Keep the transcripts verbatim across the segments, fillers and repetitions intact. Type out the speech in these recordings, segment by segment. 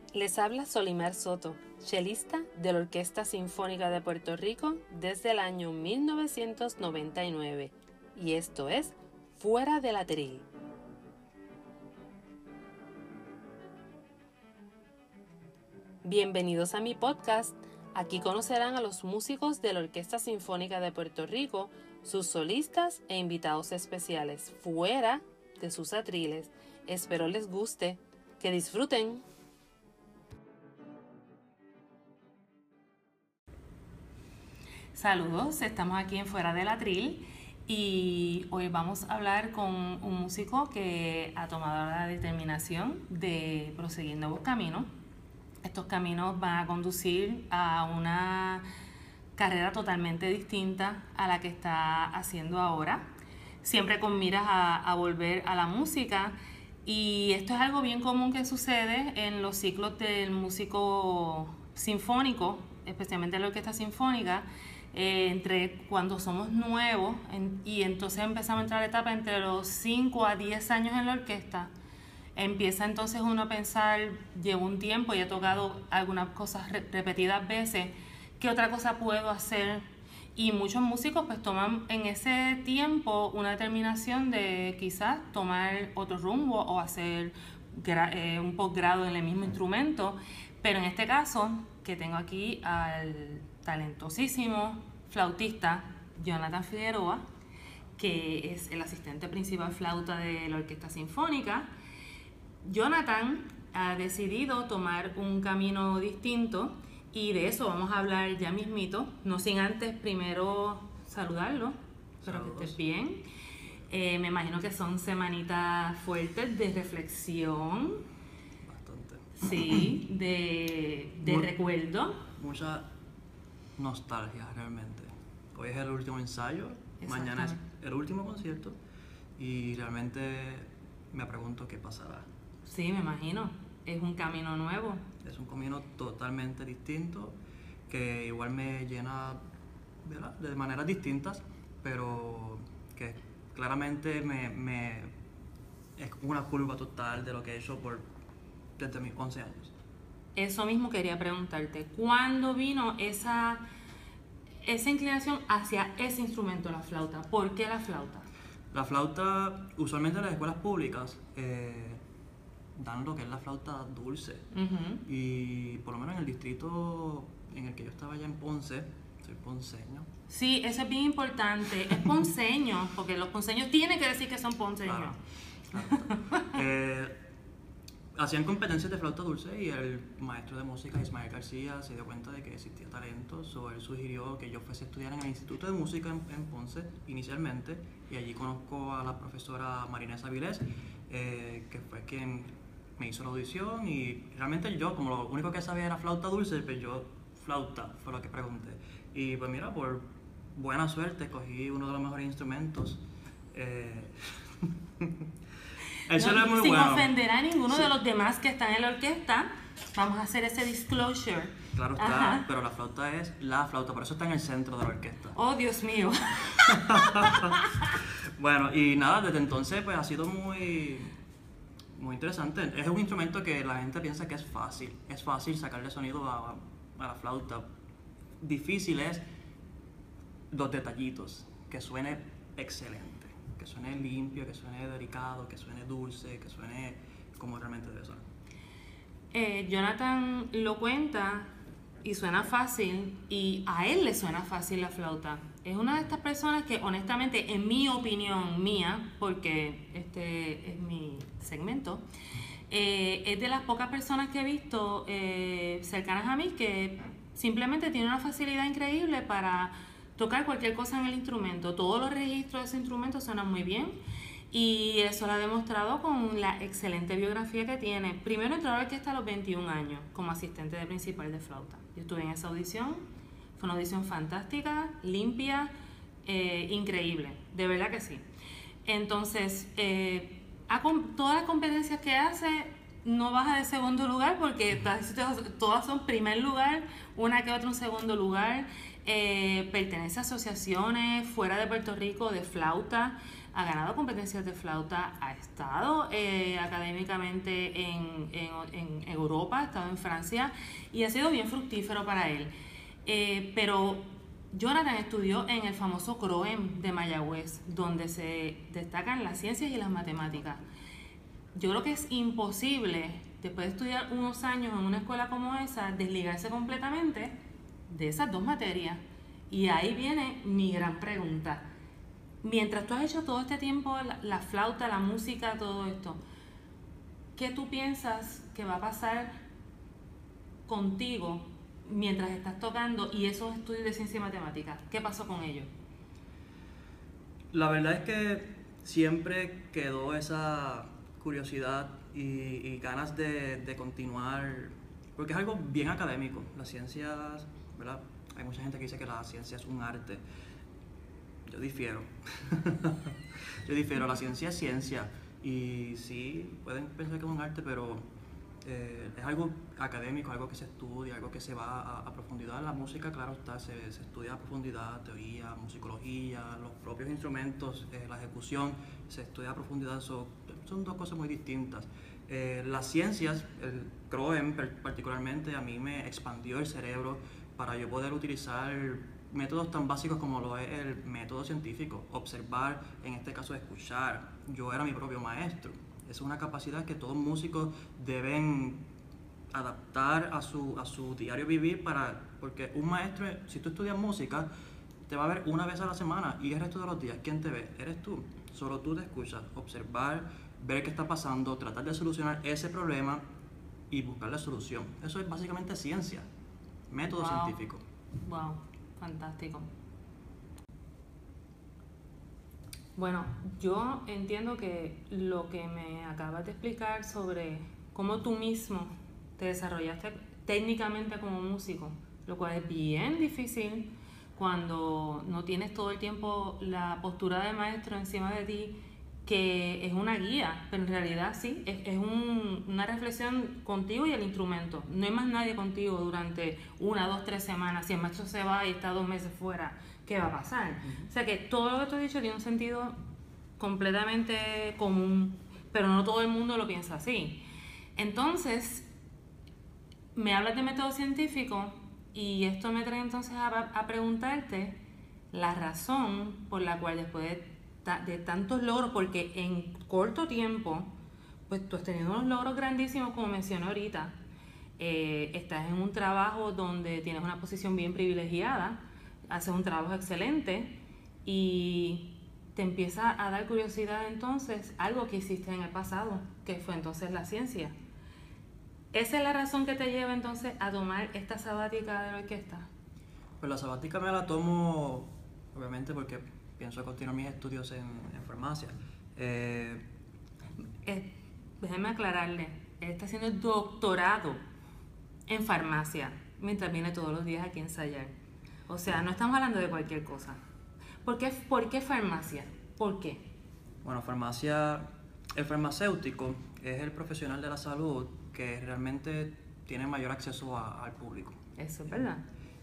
Les habla Solimar Soto, chelista de la Orquesta Sinfónica de Puerto Rico desde el año mil novecientos noventa y nueve, y esto es Fuera del Atril. Bienvenidos a mi podcast. Aquí conocerán a los músicos de la Orquesta Sinfónica de Puerto Rico, sus solistas e invitados especiales, fuera de sus atriles. Espero les guste. Que disfruten. Saludos, estamos aquí en Fuera del Atril y hoy vamos a hablar con un músico que ha tomado la determinación de proseguir nuevos caminos. Estos caminos van a conducir a una carrera totalmente distinta a la que está haciendo ahora, siempre con miras a, a volver a la música, y esto es algo bien común que sucede en los ciclos del músico sinfónico, especialmente en la orquesta sinfónica, eh, entre cuando somos nuevos en, y entonces empezamos a entrar a la etapa entre los cinco a diez años en la orquesta. Empieza entonces uno a pensar, llevo un tiempo y he tocado algunas cosas re- repetidas veces, ¿qué otra cosa puedo hacer? Y muchos músicos pues toman en ese tiempo una determinación de quizás tomar otro rumbo o hacer gra- eh, un posgrado en el mismo instrumento, pero en este caso que tengo aquí al talentosísimo flautista Jonathan Figueroa, que es el asistente principal flauta de la Orquesta Sinfónica. Jonathan ha decidido tomar un camino distinto y de eso vamos a hablar ya mismito, no sin antes primero saludarlo. Espero que estés bien. Eh, me imagino que son semanitas fuertes de reflexión. Bastante. Sí, de, de Mu- recuerdo. Mucha nostalgia realmente. Hoy es el último ensayo, mañana es el último concierto y realmente me pregunto qué pasará. Sí, me imagino. Es un camino nuevo. Es un camino totalmente distinto que igual me llena, ¿verdad?, de maneras distintas, pero que claramente me, me es una curva total de lo que he hecho por desde mis once años. Eso mismo quería preguntarte. ¿Cuándo vino esa, esa inclinación hacia ese instrumento, la flauta? ¿Por qué la flauta? La flauta, usualmente en las escuelas públicas eh, dan lo que es la flauta dulce. Uh-huh. Y por lo menos en el distrito en el que yo estaba allá en Ponce, soy ponceño. Sí, eso es bien importante. Es ponceño, porque los ponceños tienen que decir que son ponceños. Claro, claro. eh, hacían competencias de flauta dulce y el maestro de música, Ismael García, se dio cuenta de que existía talento, so él sugirió que yo fuese a estudiar en el Instituto de Música en, en Ponce inicialmente, y allí conozco a la profesora Marinés Avilés, eh, que fue quien me hizo la audición, y realmente yo, como lo único que sabía era flauta dulce, pues yo, flauta, fue lo que pregunté. Y pues mira, por buena suerte, cogí uno de los mejores instrumentos. Eh, Eso No, es muy sin bueno. ofender a ninguno Sí. de los demás que están en la orquesta, vamos a hacer ese disclosure. Claro está, Ajá. pero la flauta es la flauta, por eso está en el centro de la orquesta. Oh, Dios mío. Bueno, y nada, desde entonces pues ha sido muy, muy interesante. Es un instrumento que la gente piensa que es fácil, es fácil sacarle sonido a, a la flauta. Difícil es los detallitos, que suene excelente, que suene limpio, que suene delicado, que suene dulce, que suene como realmente debe sonar. Eh, Jonathan lo cuenta y suena fácil, y a él le suena fácil la flauta. Es una de estas personas que honestamente, en mi opinión mía, porque este es mi segmento, eh, es de las pocas personas que he visto eh, cercanas a mí que simplemente tiene una facilidad increíble para tocar cualquier cosa en el instrumento. Todos los registros de ese instrumento suenan muy bien. Y eso lo ha demostrado con la excelente biografía que tiene. Primero entró a la orquesta a los veintiún años como asistente de principal de flauta. Yo estuve en esa audición, fue una audición fantástica, limpia, eh, increíble, de verdad que sí. Entonces, eh, a com- todas las competencias que hace no baja de segundo lugar, porque casi todas, todas son primer lugar, una que otra un segundo lugar. Eh, pertenece a asociaciones fuera de Puerto Rico de flauta. ha ganado competencias de flauta, ha estado eh, académicamente en, en, en Europa, ha estado en Francia y ha sido bien fructífero para él. Eh, pero Jonathan estudió en el famoso C R O E M de Mayagüez, donde se destacan las ciencias y las matemáticas. Yo creo que es imposible, después de estudiar unos años en una escuela como esa, desligarse completamente de esas dos materias. Y ahí viene mi gran pregunta. Mientras tú has hecho todo este tiempo la, la flauta, la música, todo esto, ¿qué tú piensas que va a pasar contigo mientras estás tocando y esos estudios de ciencia y matemática? ¿Qué pasó con ellos? La verdad es que siempre quedó esa curiosidad y, y ganas de, de continuar, porque es algo bien académico. Las ciencias, ¿verdad? Hay mucha gente que dice que la ciencia es un arte. Yo difiero. Yo difiero. La ciencia es ciencia. Y sí, pueden pensar que es un arte, pero eh, es algo académico, algo que se estudia, algo que se va a, a profundidad. La música, claro está, se, se estudia a profundidad, teoría, musicología, los propios instrumentos, eh, la ejecución, se estudia a profundidad. So, son dos cosas muy distintas. Eh, las ciencias, el C R O E M particularmente, a mí me expandió el cerebro para yo poder utilizar métodos tan básicos como lo es el método científico, observar, en este caso escuchar. Yo era mi propio maestro. Esa es una capacidad que todos músicos deben adaptar a su, a su diario vivir, para, porque un maestro, si tú estudias música, te va a ver una vez a la semana y el resto de los días, ¿quién te ve? Eres tú. Solo tú te escuchas, observar, ver qué está pasando, tratar de solucionar ese problema y buscar la solución. Eso es básicamente ciencia, método Wow. científico. Wow, fantástico. Bueno, yo entiendo que lo que me acabas de explicar sobre cómo tú mismo te desarrollaste técnicamente como músico, lo cual es bien difícil cuando no tienes todo el tiempo la postura de maestro encima de ti, que es una guía, pero en realidad sí, es, es un, una reflexión contigo y el instrumento. No hay más nadie contigo durante una, dos, tres semanas. Si el maestro se va y está dos meses fuera, ¿qué va a pasar? Uh-huh. O sea que todo lo que tú has dicho tiene un sentido completamente común, pero no todo el mundo lo piensa así. Entonces, me hablas de método científico y esto me trae entonces a, a preguntarte la razón por la cual después de de tantos logros, porque en corto tiempo pues tú has tenido unos logros grandísimos, como mencioné ahorita. Eh, estás en un trabajo donde tienes una posición bien privilegiada, haces un trabajo excelente y te empieza a dar curiosidad entonces algo que hiciste en el pasado, que fue entonces la ciencia. ¿Esa es la razón que te lleva entonces a tomar esta sabática de la orquesta? Pues la sabática me la tomo obviamente porque pienso continuar mis estudios en, en farmacia. Eh, eh, déjeme aclararle, él está haciendo el doctorado en farmacia mientras viene todos los días aquí a ensayar. O sea, no estamos hablando de cualquier cosa. ¿Por qué, por qué farmacia? ¿Por qué? Bueno, farmacia, el farmacéutico es el profesional de la salud que realmente tiene mayor acceso a, al público. Eso es verdad.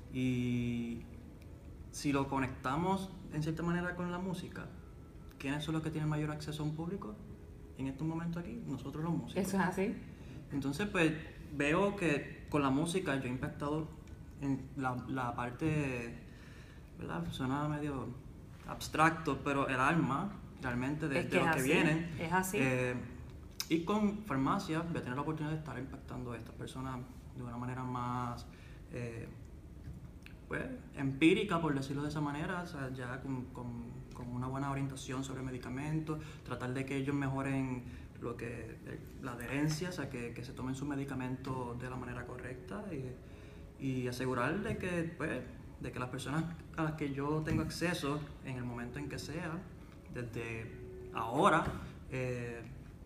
Y si lo conectamos en cierta manera con la música, ¿quiénes son los que tienen mayor acceso a un público en estos momentos aquí? Nosotros los músicos. Eso es así. Entonces, pues veo que con la música yo he impactado en la, la parte, ¿verdad? Suena medio abstracto, pero el alma realmente de, es que de los así, que vienen. Es así. Eh, y con farmacia voy a tener la oportunidad de estar impactando a estas personas de una manera más eh, pues, empírica, por decirlo de esa manera, o sea, ya con, con, con una buena orientación sobre medicamentos, tratar de que ellos mejoren lo que, la adherencia, o sea, que, que se tomen sus medicamentos de la manera correcta y, y asegurar de que, pues, de que las personas a las que yo tengo acceso en el momento en que sea, desde ahora, eh,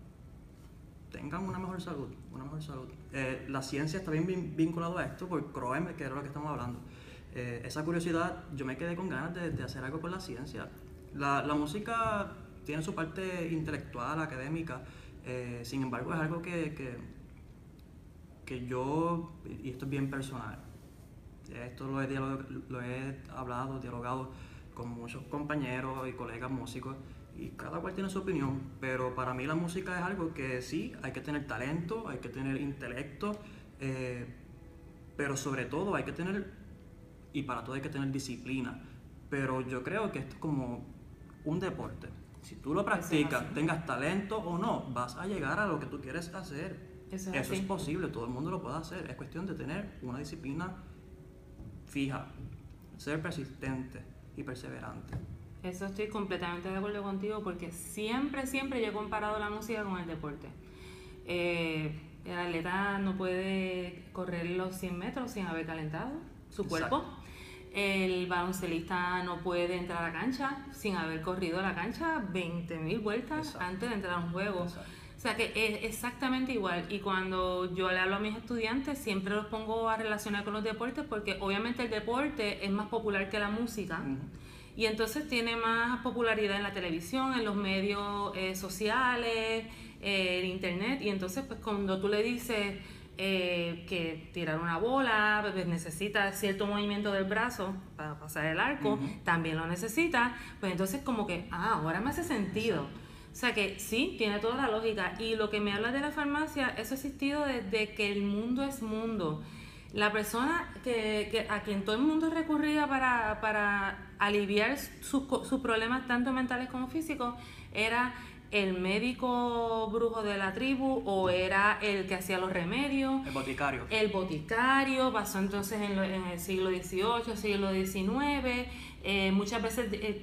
tengan una mejor salud, una mejor salud. Eh, la ciencia está bien vinculada a esto por C R O E M, que era lo que estamos hablando. Eh, esa curiosidad, yo me quedé con ganas de, de hacer algo con la ciencia. La, la música tiene su parte intelectual, académica, eh, sin embargo es algo que, que, que yo, y esto es bien personal, esto lo he, dialog, lo he hablado, dialogado con muchos compañeros y colegas músicos, y cada cual tiene su opinión, pero para mí la música es algo que sí, hay que tener talento, hay que tener intelecto, eh, pero sobre todo hay que tener, y para todo hay que tener disciplina, pero yo creo que esto es como un deporte. Si tú lo practicas, tengas talento o no, vas a llegar a lo que tú quieres hacer. Eso es, Eso así. es posible, todo el mundo lo puede hacer. Es cuestión de tener una disciplina fija, ser persistente y perseverante. Eso estoy completamente de acuerdo contigo porque siempre, siempre yo he comparado la música con el deporte. Eh, el atleta no puede correr los cien metros sin haber calentado su cuerpo. Exacto. El baloncelista no puede entrar a la cancha sin haber corrido la cancha veinte mil vueltas Exacto. antes de entrar a un juego. Exacto. O sea que es exactamente igual. Y cuando yo le hablo a mis estudiantes, siempre los pongo a relacionar con los deportes porque obviamente el deporte es más popular que la música. Uh-huh. Y entonces tiene más popularidad en la televisión, en los medios eh, sociales, eh, en internet. Y entonces pues cuando tú le dices eh, que tirar una bola pues, necesita cierto movimiento del brazo para pasar el arco, uh-huh. también lo necesita, pues entonces como que, ah, ahora me hace sentido. Exacto. O sea que sí, tiene toda la lógica. Y lo que me habla de la farmacia, eso ha existido desde que el mundo es mundo. La persona que, que a quien todo el mundo recurría para, para aliviar sus, sus problemas tanto mentales como físicos era el médico brujo de la tribu o era el que hacía los remedios. El boticario. El boticario, pasó entonces en, lo, en el siglo dieciocho, siglo diecinueve. Eh, muchas veces eh,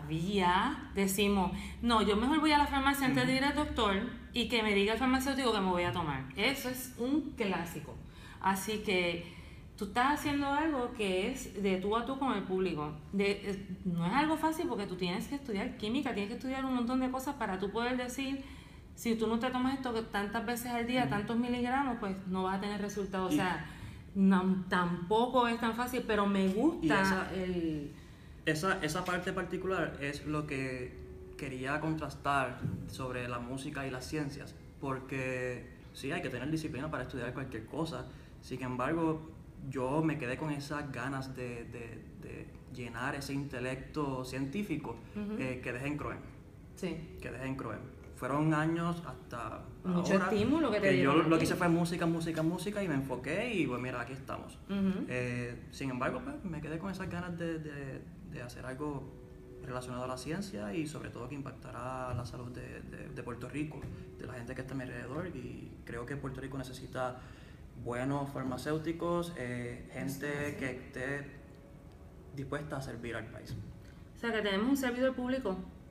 todavía decimos, no, yo mejor voy a la farmacia antes de ir al doctor y que me diga el farmacéutico que me voy a tomar. Eso es un clásico. Así que tú estás haciendo algo que es de tú a tú con el público. De, no es algo fácil porque tú tienes que estudiar química, tienes que estudiar un montón de cosas para tú poder decir, si tú no te tomas esto tantas veces al día, tantos miligramos, pues no vas a tener resultados. O sea, no, tampoco es tan fácil, pero me gusta esa, el... Esa, esa parte particular es lo que quería contrastar sobre la música y las ciencias, porque sí, hay que tener disciplina para estudiar cualquier cosa. Sin embargo, yo me quedé con esas ganas de, de, de llenar ese intelecto científico uh-huh. eh, que dejé en Croem. Sí. Que dejé en Croem. Fueron años hasta mucho ahora estímulo que te que yo dieron lo que hice fue música, música, música y me enfoqué y pues mira, aquí estamos. Uh-huh. Eh, sin embargo, pues me quedé con esas ganas de, de, de hacer algo relacionado a la ciencia y sobre todo que impactará la salud de, de, de Puerto Rico, de la gente que está a mi alrededor, y creo que Puerto Rico necesita buenos farmacéuticos, eh, gente que esté dispuesta a servir al país. O sea que tenemos un servidor público,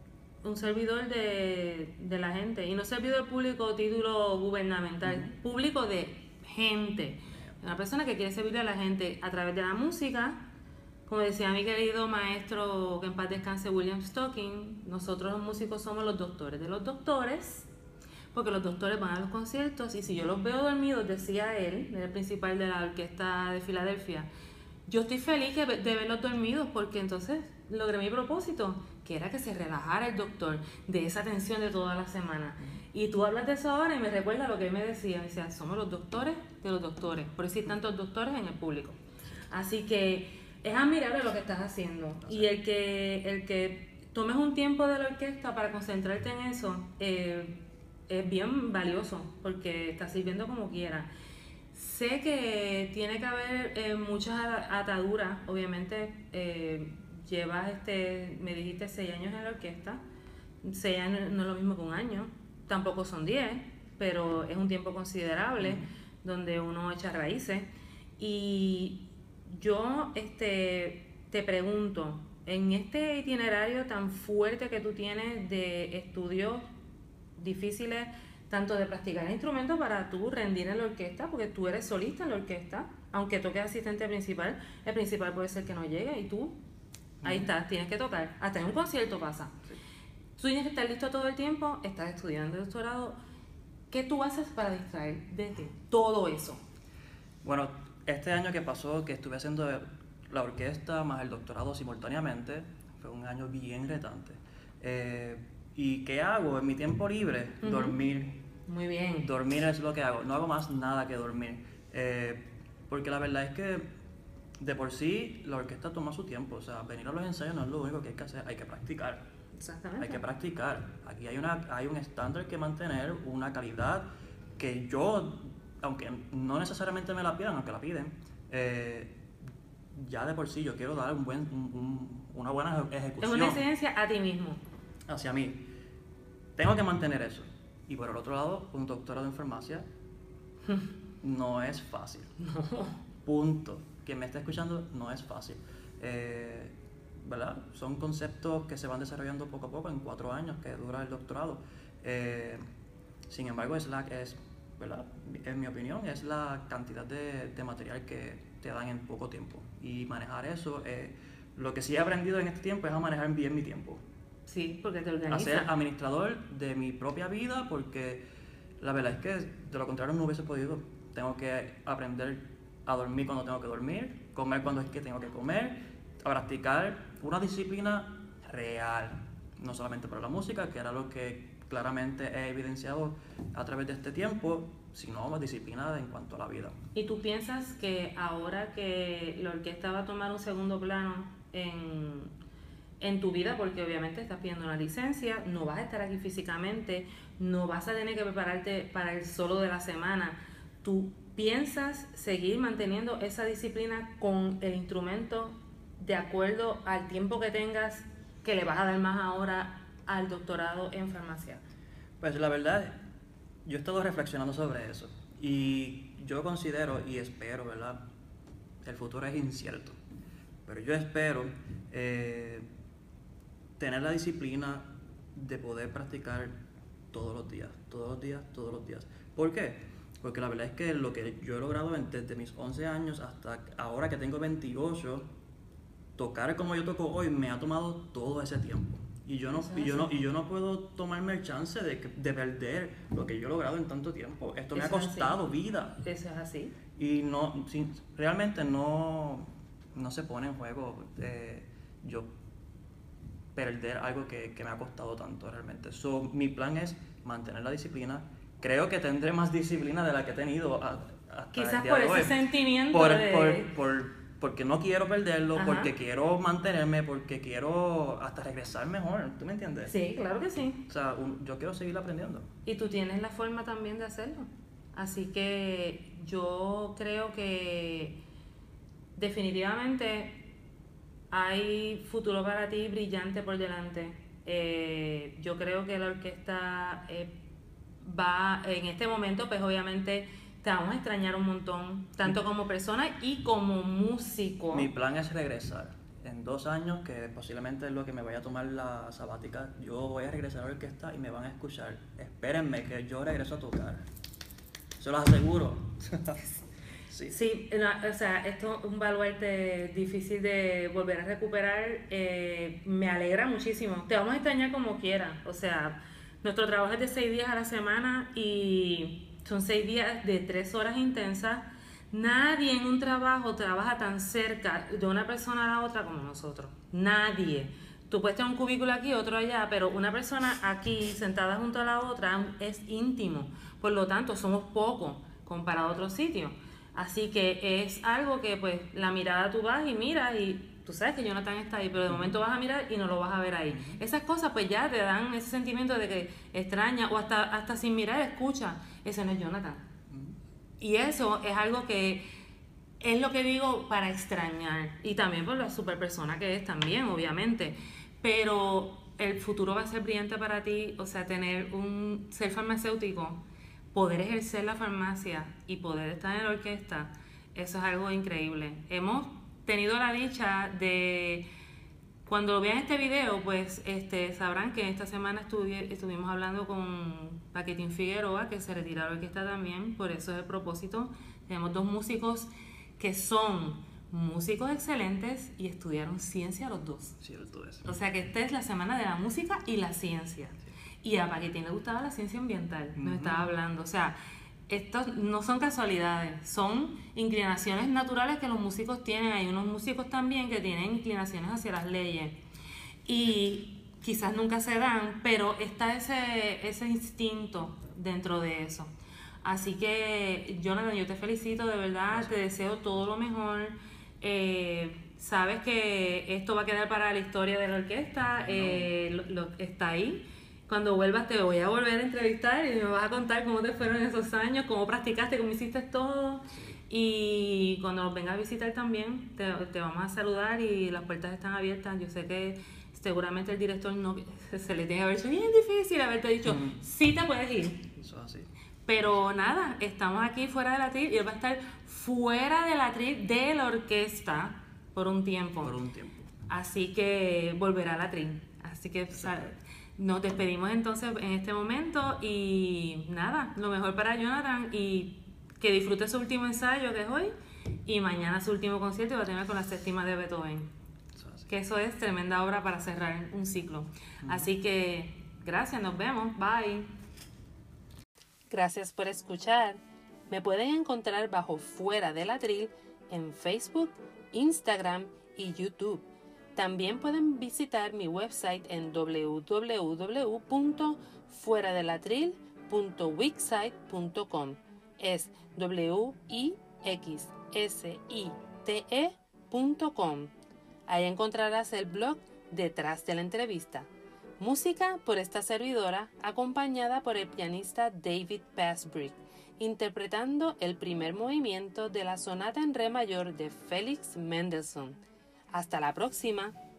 un servidor de, de la gente, y no servidor público título gubernamental, uh-huh. público de gente, una persona que quiere servirle a la gente a través de la música. Como decía mi querido maestro, que en paz descanse, William Stocking, nosotros los músicos somos los doctores de los doctores, porque los doctores van a los conciertos y si yo los veo dormidos, decía él, el principal de la orquesta de Filadelfia, yo estoy feliz de verlos dormidos porque entonces logré mi propósito, que era que se relajara el doctor de esa tensión de toda la semana. Y tú hablas de eso ahora y me recuerda lo que él me decía, me decía, somos los doctores de los doctores, por eso hay tantos doctores en el público. Así que es admirable lo que estás haciendo. Y el que, el que tomes un tiempo de la orquesta para concentrarte en eso eh, es bien valioso porque estás sirviendo como quiera. Sé que tiene que haber eh, muchas ataduras. Obviamente eh, llevas, este, me dijiste, seis años en la orquesta. Seis años no es lo mismo que un año. Tampoco son diez, pero es un tiempo considerable mm. donde uno echa raíces. Y yo este, te pregunto, en este itinerario tan fuerte que tú tienes de estudios difíciles, tanto de practicar instrumentos para tú rendir en la orquesta, porque tú eres solista en la orquesta, aunque toques asistente principal, el principal puede ser que no llegue y tú, ahí estás, tienes que tocar, hasta en un concierto pasa. Sí. Tú tienes que estar listo todo el tiempo, estás estudiando el doctorado. ¿Qué tú haces para distraer de todo eso? Bueno, este año que pasó, que estuve haciendo la orquesta más el doctorado simultáneamente, fue un año bien retante. Eh, ¿Y qué hago? En mi tiempo libre, uh-huh. dormir. Muy bien. Dormir es lo que hago. No hago más nada que dormir. Eh, porque la verdad es que de por sí la orquesta toma su tiempo. O sea, venir a los ensayos no es lo único que hay que hacer, hay que practicar. Exactamente. Hay que practicar. Aquí hay, una, hay un estándar que mantener, una calidad que yo, aunque no necesariamente me la pidan, aunque la piden, eh, ya de por sí yo quiero dar un buen, un, un, una buena ejecución. Es una exigencia a ti mismo. Hacia mí. Tengo que mantener eso. Y por el otro lado, un doctorado en farmacia no es fácil. No. Punto. Quien me está escuchando, no es fácil. Eh, ¿verdad? Son conceptos que se van desarrollando poco a poco en cuatro años que dura el doctorado. Eh, sin embargo, es la es, ¿verdad? En mi opinión, es la cantidad de, de material que te dan en poco tiempo. Y manejar eso, eh, lo que sí he aprendido en este tiempo es a manejar bien mi tiempo. Sí, porque te organizas. A ser administrador de mi propia vida, porque la verdad es que de lo contrario no hubiese podido. Tengo que aprender a dormir cuando tengo que dormir, comer cuando es que tengo que comer, a practicar una disciplina real, no solamente para la música, que era lo que claramente he evidenciado a través de este tiempo, sino más disciplina en cuanto a la vida. ¿Y tú piensas que ahora que la orquesta va a tomar un segundo plano en, en tu vida, porque obviamente estás pidiendo una licencia, no vas a estar aquí físicamente, no vas a tener que prepararte para el solo de la semana, tú piensas seguir manteniendo esa disciplina con el instrumento de acuerdo al tiempo que tengas, que le vas a dar más ahora al doctorado en farmacia? Pues la verdad, yo he estado reflexionando sobre eso y yo considero y espero, ¿verdad? El futuro es incierto, pero yo espero eh, tener la disciplina de poder practicar todos los días, todos los días, todos los días. ¿Por qué? Porque la verdad es que lo que yo he logrado desde mis once años hasta ahora que tengo veintiocho, tocar como yo toco hoy me ha tomado todo ese tiempo. Y yo no, y yo no, y yo no puedo tomarme el chance de, de perder lo que yo he logrado en tanto tiempo. Esto me ha costado vida. Eso es así. Y no, sin, realmente no, no se pone en juego eh, yo perder algo que, que me ha costado tanto realmente. So, mi plan es mantener la disciplina. Creo que tendré más disciplina de la que he tenido a, hasta quizás el día por de ese hoy. sentimiento por, de... por, por, porque no quiero perderlo, Ajá. porque quiero mantenerme, porque quiero hasta regresar mejor, ¿tú me entiendes? Sí, claro que sí. O sea, un, yo quiero seguir aprendiendo. Y tú tienes la forma también de hacerlo. Así que yo creo que definitivamente hay futuro para ti brillante por delante. Eh, yo creo que la orquesta eh, va en este momento, pues obviamente te vamos a extrañar un montón, tanto como persona y como músico. Mi plan es regresar. En dos años, que posiblemente es lo que me vaya a tomar la sabática, yo voy a regresar a la orquesta y me van a escuchar. Espérenme que yo regreso a tocar. Se los aseguro. Sí. Sí, no, o sea, esto es un baluarte difícil de volver a recuperar. Eh, me alegra muchísimo. Te vamos a extrañar como quieras. O sea, nuestro trabajo es de seis días a la semana y son seis días de tres horas intensas. Nadie en un trabajo trabaja tan cerca de una persona a la otra como nosotros. Nadie. Tú puedes tener un cubículo aquí, otro allá, pero una persona aquí sentada junto a la otra es íntimo. Por lo tanto, somos pocos comparado a otros sitios. Así que es algo que pues la mirada tú vas y miras y tú sabes que Jonathan está ahí, pero de momento vas a mirar y no lo vas a ver ahí. Esas cosas pues ya te dan ese sentimiento de que extraña o hasta, hasta sin mirar escucha, ese no es Jonathan. Y eso es algo que es lo que digo para extrañar y también por la super persona que es también, obviamente. Pero el futuro va a ser brillante para ti, o sea, tener un ser farmacéutico, poder ejercer la farmacia y poder estar en la orquesta, eso es algo increíble. Hemos tenido la dicha de, cuando vean este video, pues este, sabrán que esta semana estuvi, estuvimos hablando con Paquetín Figueroa, que se retira de la orquesta también, por eso es el propósito. Tenemos dos músicos que son músicos excelentes y estudiaron ciencia los dos. Cierto es. O sea que esta es la semana de la música y la ciencia. Y a Paquetín le gustaba la ciencia ambiental, nos uh-huh. estaba hablando. O sea, estos no son casualidades, son inclinaciones naturales que los músicos tienen. Hay unos músicos también que tienen inclinaciones hacia las leyes. Y quizás nunca se dan, pero está ese, ese instinto dentro de eso. Así que, Jonathan, yo te felicito, de verdad, Gracias. Te deseo todo lo mejor. Eh, sabes que esto va a quedar para la historia de la orquesta, eh, lo, lo- está ahí. Cuando vuelvas te voy a volver a entrevistar y me vas a contar cómo te fueron esos años, cómo practicaste, cómo hiciste todo. Y cuando nos vengas a visitar también, te, te vamos a saludar y las puertas están abiertas. Yo sé que seguramente el director no se le tiene que haber hecho bien difícil haberte dicho, Ujú. sí te puedes ir. Eso es así. Pero nada, estamos aquí fuera del atril y él va a estar fuera del atril de la orquesta por un tiempo. Por un tiempo. Así que volverá al atril. Así que o sea, nos despedimos entonces en este momento y nada, lo mejor para Jonathan y que disfrute su último ensayo que es hoy y mañana su último concierto y va a tener con la séptima de Beethoven. Eso es así. Que eso es tremenda obra para cerrar un ciclo. Así que gracias, nos vemos, bye. Gracias por escuchar. Me pueden encontrar bajo Fuera del Atril en Facebook, Instagram y YouTube. También pueden visitar mi website en w w w punto fuera del atril punto wixsite punto com. Es w i x s i t e punto com. Ahí encontrarás el blog detrás de la entrevista. Música por esta servidora, acompañada por el pianista David Passbrick, interpretando el primer movimiento de la sonata en re mayor de Félix Mendelssohn. Hasta la próxima.